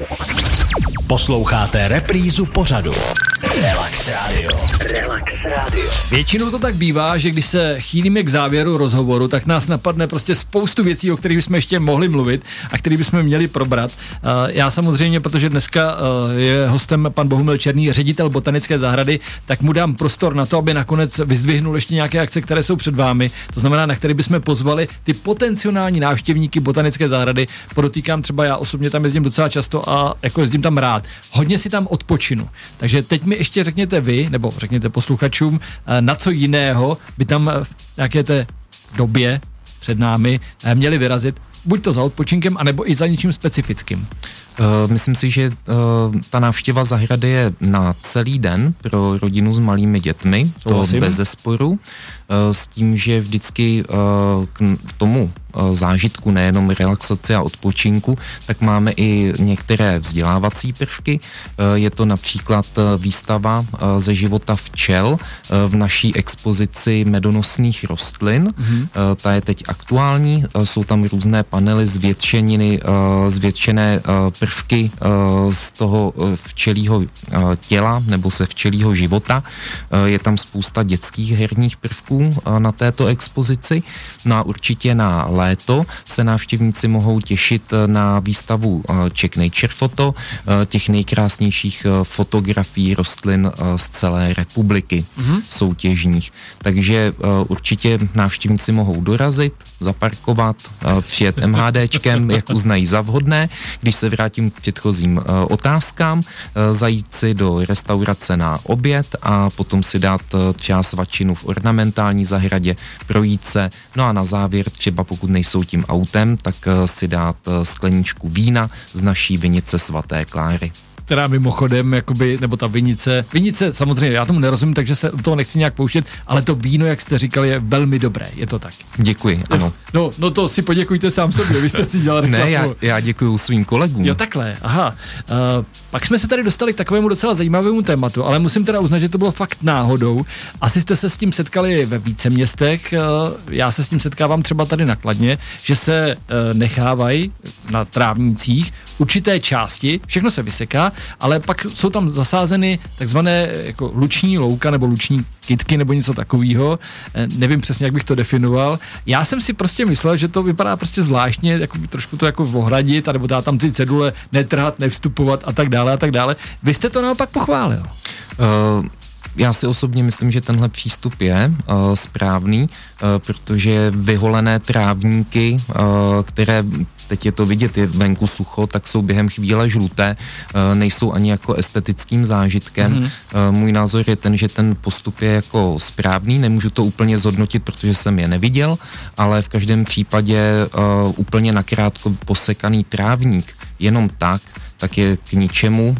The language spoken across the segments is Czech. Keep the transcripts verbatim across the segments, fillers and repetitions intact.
Posloucháte reprízu pořadu Relax Radio. Relax Radio. Většinou to tak bývá, že když se chýlíme k závěru rozhovoru, tak nás napadne prostě spoustu věcí, o kterých bychom ještě mohli mluvit a které bychom měli probrat. Já samozřejmě, protože dneska je hostem pan Bohumil Černý, ředitel botanické zahrady, tak mu dám prostor na to, aby nakonec vyzdvihnul ještě nějaké akce, které jsou před vámi. To znamená, na které bychom pozvali ty potenciální návštěvníky botanické zahrady. Podotýkám, třeba já osobně tam jezdím docela často a jako jezdím tam rád. Hodně si tam odpočinu. Takže teď mi ještě řekněte vy, nebo řekněte posluchačům, na co jiného by tam v nějaké té době před námi měli vyrazit, buď to za odpočinkem, anebo i za něčím specifickým. Uh, myslím si, že uh, ta návštěva zahrady je na celý den pro rodinu s malými dětmi, to bez zesporu, uh, s tím, že vždycky uh, k tomu uh, zážitku, nejenom relaxace a odpočinku, tak máme i některé vzdělávací prvky. Uh, je to například uh, výstava uh, ze života včel uh, v naší expozici medonosných rostlin. Mm-hmm. Uh, ta je teď aktuální, uh, jsou tam různé panely zvětšeniny, uh, zvětšené uh, prvky uh, z toho uh, včelího uh, těla nebo se včelího života. Uh, je tam spousta dětských herních prvků uh, na této expozici. No a určitě na léto se návštěvníci mohou těšit na výstavu uh, Czech Nature Photo, uh, těch nejkrásnějších uh, fotografií rostlin uh, z celé republiky mm-hmm. soutěžních. Takže uh, určitě návštěvníci mohou dorazit, zaparkovat, uh, přijet MHDčkem, jak uznají za vhodné. Když se vrátím k předchozím uh, otázkám, uh, zajít si do restaurace na oběd a potom si dát uh, třeba svačinu v ornamentální zahradě, projít se, no a na závěr třeba pokud nejsou tím autem, tak uh, si dát uh, skleničku vína z naší vinice Svaté Kláry. Která mimochodem, jakoby, nebo ta vinice, vinice samozřejmě, já tomu nerozumím, takže se do toho nechci nějak pouštět, ale to víno, jak jste říkali, je velmi dobré, je to tak. Děkuji, ano. No, no to si poděkujte sám sobě, vy jste si dělal reklamu. Ne, já, já děkuju svým kolegům. Jo, takhle, aha. Uh, pak jsme se tady dostali k takovému docela zajímavému tématu, ale musím teda uznat, že to bylo fakt náhodou. Asi jste se s tím setkali ve více městech, uh, já se s tím setkávám třeba tady na Kladně, že se uh, nechávají na trávnících určité části, všechno se vyseká, ale pak jsou tam zasázeny takzvané jako luční louka nebo luční kytky nebo něco takového. Nevím přesně, jak bych to definoval. Já jsem si prostě myslel, že to vypadá prostě zvláštně, jako trošku to jako ohradit, anebo dát tam ty cedule, netrhat, nevstupovat a tak dále a tak dále. Vy jste to naopak pochválil. Uh... Já si osobně myslím, že tenhle přístup je uh, správný, uh, protože vyholené trávníky, uh, které, teď je to vidět, je venku sucho, tak jsou během chvíle žluté, uh, nejsou ani jako estetickým zážitkem. Mm-hmm. Uh, můj názor je ten, že ten postup je jako správný, nemůžu to úplně zhodnotit, protože jsem je neviděl, ale v každém případě uh, úplně nakrátko posekaný trávník, jenom tak, tak je k ničemu.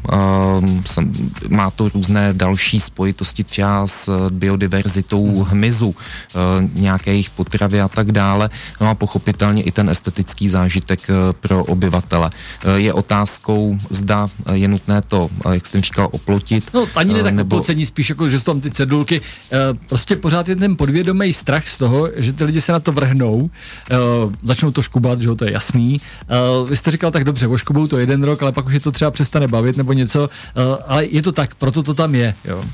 Uh, má to různé další spojitosti třeba s biodiverzitou hmyzu, uh, nějaké jejich potravy a tak dále. No a pochopitelně i ten estetický zážitek uh, pro obyvatele. Uh, je otázkou, zda je nutné to, uh, jak jste říkal, oplotit. No ani ne tak nebo... oplocení, spíš jako, že jsou tam ty cedulky. Uh, prostě pořád je ten podvědomý strach z toho, že ty lidi se na to vrhnou, uh, začnou to škubat, že to je jasný. Uh, vy jste říkal tak dobře, oškubou to jeden rok, ale pak už je to třeba přestane bavit nebo něco, ale je to tak, proto to tam je. Jo.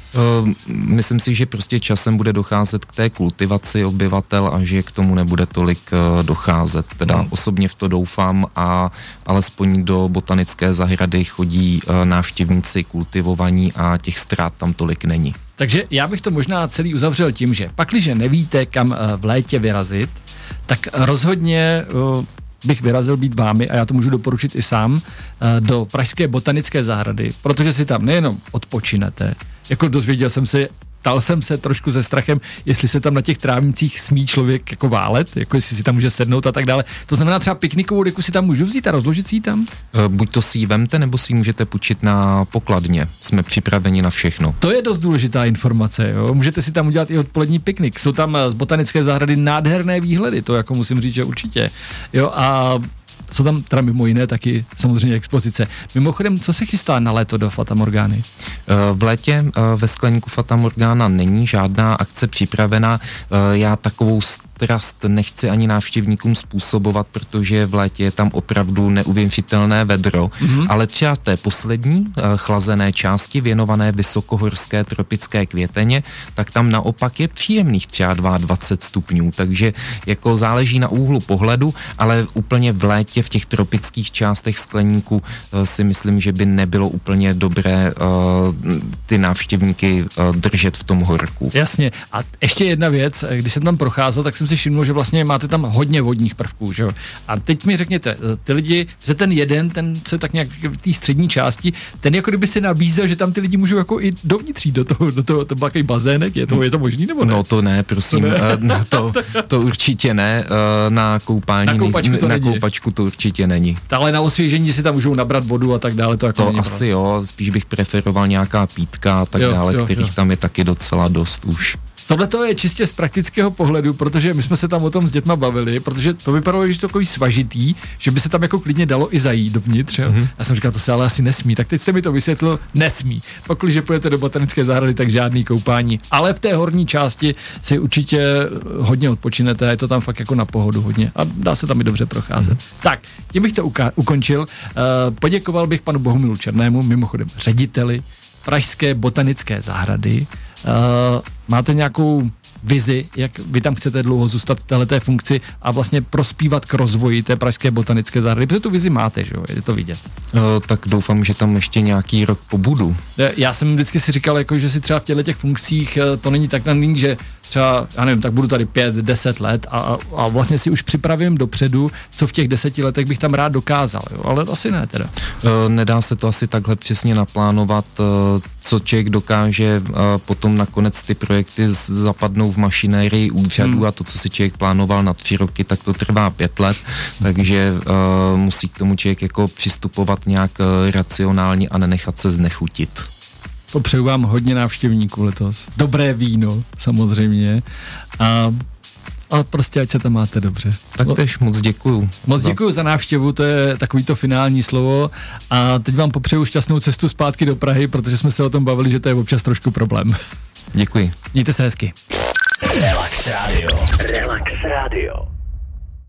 Myslím si, že prostě časem bude docházet k té kultivaci obyvatel a že k tomu nebude tolik docházet. Teda hmm. osobně v to doufám a alespoň do botanické zahrady chodí návštěvníci kultivovaní a těch ztrát tam tolik není. Takže já bych to možná celý uzavřel tím, že pakliže nevíte, kam v létě vyrazit, tak rozhodně bych vyrazil být vámi a já to můžu doporučit i sám do pražské botanické zahrady, protože si tam nejenom odpočinete, jako dozvěděl jsem se, ptal jsem se trošku se strachem, jestli se tam na těch trávnicích smí člověk jako válet, jako jestli si tam může sednout a tak dále. To znamená třeba piknikovou deku si tam můžu vzít a rozložit si ji tam? Buď to si ji vemte, nebo si ji můžete půjčit na pokladně. Jsme připraveni na všechno. To je dost důležitá informace, jo. Můžete si tam udělat i odpolední piknik. Jsou tam z botanické zahrady nádherné výhledy, to jako musím říct, že určitě. Jo, a jsou tam teda mimo jiné taky samozřejmě expozice. Mimochodem, co se chystá na léto do Fata Morgány? V létě ve skleníku Fata Morgana není žádná akce připravena. Já takovou kontrast nechci ani návštěvníkům způsobovat, protože v létě je tam opravdu neuvěřitelné vedro, mm-hmm. ale třeba té poslední chlazené části věnované vysokohorské tropické květeně, tak tam naopak je příjemných třeba dvacet dva stupňů, takže jako záleží na úhlu pohledu, ale úplně v létě v těch tropických částech skleníku si myslím, že by nebylo úplně dobré ty návštěvníky držet v tom horku. Jasně. A ještě jedna věc, když jsem tam procházel, tak jsem si všiml, že vlastně máte tam hodně vodních prvků, že jo? A teď mi řekněte, ty lidi, že ten jeden, ten, co je tak nějak v té střední části, ten jako kdyby se nabízel, že tam ty lidi můžou jako i dovnitř do toho, do toho, to byl takový bazének, je to, je to možný nebo ne? No to ne, prosím, to, ne. No, to, to určitě ne, na koupání, na koupačku to, na koupačku to určitě není. Ale na osvěžení si tam můžou nabrat vodu a tak dále, to jako to asi pravda. Jo, spíš bych preferoval nějaká pítka a tak jo, dále, jo, kterých jo. tam je taky docela dost už. Tohle to je čistě z praktického pohledu, protože my jsme se tam o tom s dětma bavili, protože to vypadalo, že to takový svažitý, že by se tam jako klidně dalo i zajít dovnitř. Jo? Mm-hmm. Já jsem říkal, to se ale asi nesmí. Tak teď jste mi to vysvětlil, nesmí. Pokud, že půjdete do botanické zahrady, tak žádný koupání. Ale v té horní části si určitě hodně odpočinete, je to tam fakt jako na pohodu hodně a dá se tam i dobře procházet. Mm-hmm. Tak, tím bych to uka- ukončil. Uh, poděkoval bych panu Bohumilu Černému, mimochodem řediteli Pražské botanické zahrady. Uh, máte nějakou vizi, jak vy tam chcete dlouho zůstat v téhleté funkci a vlastně prospívat k rozvoji té Pražské botanické zahrady, protože tu vizi máte, že jo, je to vidět. Uh, tak doufám, že tam ještě nějaký rok pobudu. Já jsem vždycky si říkal, jako, že si třeba v těchto těch funkcích to není tak naný, že třeba, já nevím, tak budu tady pět, deset let a, a vlastně si už připravím dopředu, co v těch deseti letech bych tam rád dokázal, jo? Ale asi ne teda. Uh, nedá se to asi takhle přesně naplánovat, uh, co člověk dokáže, uh, potom nakonec ty projekty zapadnou v mašinérii úřadu hmm. a to, co si člověk plánoval na tři roky, tak to trvá pět let, takže uh, musí k tomu člověk jako přistupovat nějak uh, racionálně a nenechat se znechutit. Popřeju vám hodně návštěvníků letos. Dobré víno, samozřejmě. A, a prostě ať se tam máte dobře. Tak tež moc děkuju. Moc děkuju za návštěvu, to je takový to finální slovo. A teď vám popřeju šťastnou cestu zpátky do Prahy, protože jsme se o tom bavili, že to je občas trošku problém. Děkuji. Mějte se hezky. Relax Radio. Relax Radio.